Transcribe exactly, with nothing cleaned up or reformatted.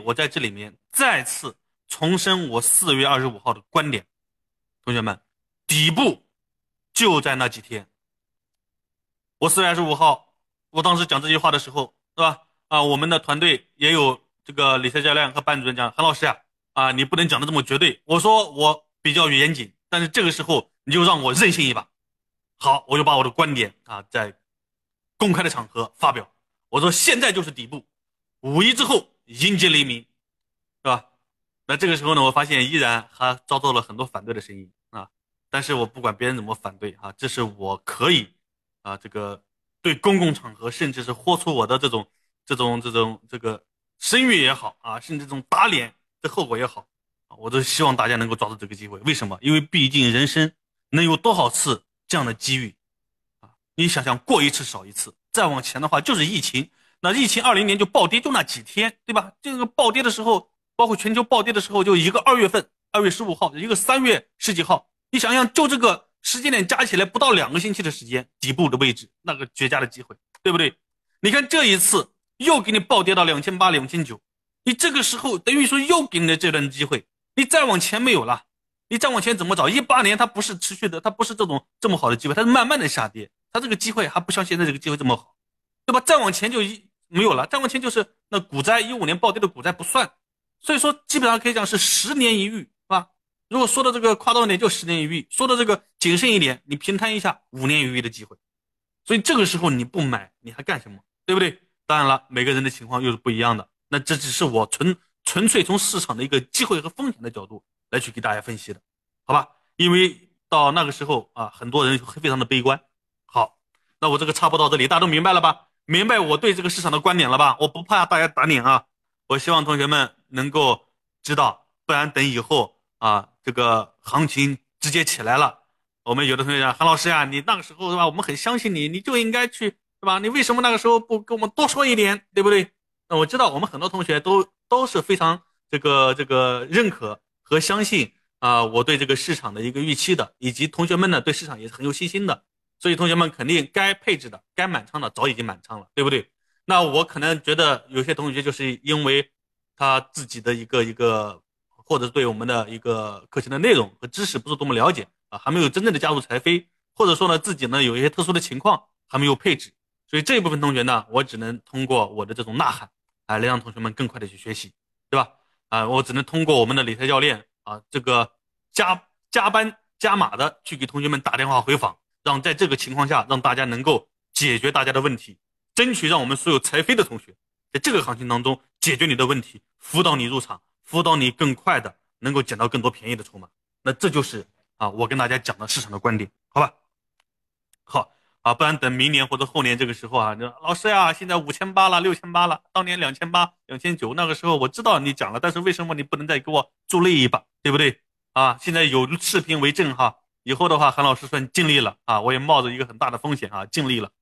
我在这里面再次重申我四月二十五号的观点，同学们，底部就在那几天。我四月二十五号，我当时讲这句话的时候，对吧？啊，我们的团队也有这个理财教练和班主任讲，韩老师呀，啊，你不能讲的这么绝对。我说我比较严谨，但是这个时候你就让我任性一把。好，我就把我的观点啊，在公开的场合发表。我说现在就是底部，五一之后迎接黎明，是吧？那这个时候呢，我发现依然还遭到了很多反对的声音啊。但是我不管别人怎么反对啊，这是我可以啊，这个对公共场合，甚至是豁出我的这种这种这种这个声誉也好啊，甚至这种打脸的后果也好啊，我都希望大家能够抓住这个机会。为什么？因为毕竟人生能有多少次这样的机遇啊？你想想，过一次少一次，再往前的话就是疫情。那疫情二零年就暴跌就那几天，对吧？这个暴跌的时候，包括全球暴跌的时候，就一个二月份，二月十五号，一个三月十几号，你想想，就这个时间点加起来不到两个星期的时间，底部的位置，那个绝佳的机会，对不对？你看这一次又给你暴跌到两千八、两千九，你这个时候等于说又给你了这段机会，你再往前没有了，你再往前怎么找？一八年它不是持续的，它不是这种这么好的机会，它是慢慢的下跌，它这个机会还不像现在这个机会这么好，对吧？再往前就一没有了，再往前就是那股灾，一五年暴跌的股灾不算，所以说基本上可以讲是十年一遇，是吧？如果说的这个夸张一点，就十年一遇；说的这个谨慎一点，你平摊一下五年一遇的机会。所以这个时候你不买，你还干什么？对不对？当然了，每个人的情况又是不一样的，那这只是我纯纯粹从市场的一个机会和风险的角度来去给大家分析的，好吧？因为到那个时候啊，很多人非常的悲观。好，那我这个插播到这里，大家都明白了吧？明白我对这个市场的观点了吧？我不怕大家打脸啊，我希望同学们能够知道，不然等以后啊，这个行情直接起来了，我们有的同学讲，韩老师呀，你那个时候是吧，我们很相信你，你就应该去，对吧？你为什么那个时候不跟我们多说一点，对不对？那我知道我们很多同学都都是非常这个这个认可和相信啊，我对这个市场的一个预期的，以及同学们呢对市场也是很有信心的。所以同学们肯定该配置的、该满仓的早已经满仓了，对不对？那我可能觉得有些同学就是因为他自己的一个一个，或者对我们的一个课程的内容和知识不是多么了解啊，还没有真正的加入财飞，或者说呢自己呢有一些特殊的情况还没有配置，所以这一部分同学呢，我只能通过我的这种呐喊啊，来让同学们更快的去学习，对吧？啊，我只能通过我们的理财教练啊，这个加加班加码的去给同学们打电话回访。让在这个情况下，让大家能够解决大家的问题，争取让我们所有财飞的同学在这个行情当中解决你的问题，辅导你入场，辅导你更快的能够捡到更多便宜的筹码。那这就是啊，我跟大家讲的市场的观点，好吧？好啊，不然等明年或者后年这个时候啊，老师呀，现在五千八了，六千八了，当年两千八、两千九，那个时候我知道你讲了，但是为什么你不能再给我助力一把，对不对？啊，现在有视频为证哈。以后的话，韩老师算尽力了啊，我也冒着一个很大的风险啊，尽力了。